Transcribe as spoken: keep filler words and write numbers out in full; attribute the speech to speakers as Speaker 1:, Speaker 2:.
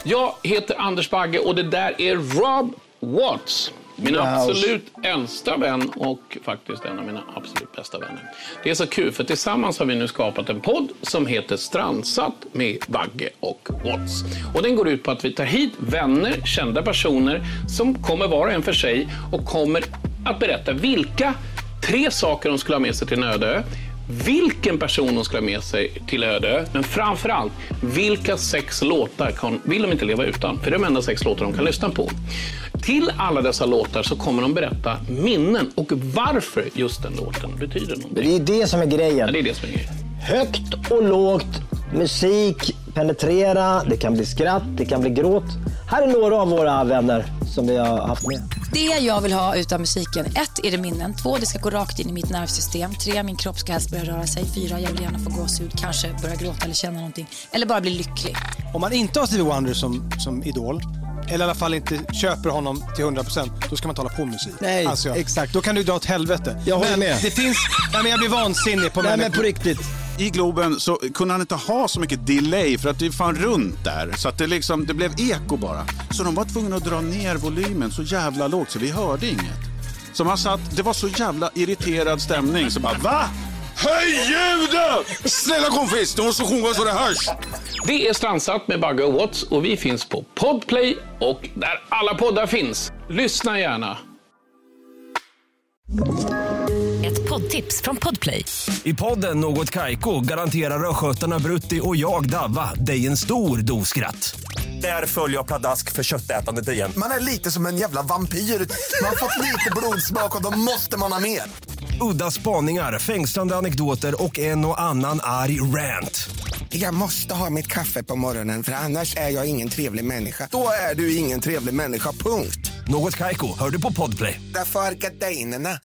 Speaker 1: Jag heter Anders Bagge och det där är Rob Watts. Min wow. absolut äldsta vän och faktiskt en av mina absolut bästa vänner. Det är så kul för tillsammans har vi nu skapat en podd som heter Strandsatt med Bagge och Watts. Och den går ut på att vi tar hit vänner, kända personer som kommer var och en för sig och kommer att berätta vilka tre saker de skulle ha med sig till en öde ö. Vilken person de skulle ha med sig till öde, men framförallt vilka sex låtar kan, vill de inte leva utan, för det är de enda sex låtar de kan lyssna på. Till alla dessa låtar så kommer de berätta minnen och varför just den låten betyder någonting.
Speaker 2: Det är det som är grejen.
Speaker 1: Ja, det är det som är grejen.
Speaker 2: Högt och lågt, musik, penetrera, det kan bli skratt, det kan bli gråt. Här är några av våra vänner som vi har haft med.
Speaker 3: Det jag vill ha utav musiken: ett, är det minnen. Två, det ska gå rakt in i mitt nervsystem. Tre, min kropp ska helst börja röra sig. Fyra, jag vill gärna få gåshud, kanske börja gråta eller känna någonting. Eller bara bli lycklig.
Speaker 4: Om man inte har Stevie Wonder som, som idol, eller i alla fall inte köper honom till hundra procent, då ska man tala på musik.
Speaker 2: Nej,
Speaker 4: alltså,
Speaker 2: exakt.
Speaker 4: Då kan du dra åt helvete.
Speaker 2: Jag håller
Speaker 4: men
Speaker 2: med.
Speaker 4: Det finns, ja, men jag blir vansinnig på
Speaker 2: Nej, men på riktigt.
Speaker 5: I Globen så kunde han inte ha så mycket delay för att det fann runt där. Så att det, liksom, det blev eko bara. Så de var tvungna att dra ner volymen så jävla lågt så vi hörde inget. Så man satt, det var så jävla irriterad stämning. Så bara, va? Höj ljudet! Snälla kompis, de måste sjunga så det hörs.
Speaker 1: Det är Strandsatt med Bagge och Watts och vi finns på Podplay och där alla poddar finns. Lyssna gärna.
Speaker 6: Ett poddtips från Podplay.
Speaker 7: I podden Något Kaiko garanterar röskötarna Brutti och jag Davva dig en stor doskratt. Där följer jag pladask för köttätandet igen.
Speaker 8: Man är lite som en jävla vampyr. Man har fått lite blodsmak och då måste man ha mer.
Speaker 7: Udda spaningar, fängslande anekdoter och en och annan arg rant.
Speaker 8: Jag måste ha mitt kaffe på morgonen för annars är jag ingen trevlig människa. Då är du ingen trevlig människa, punkt.
Speaker 7: Något Kaiko, hör du på Podplay.
Speaker 8: Därför är gardinerna.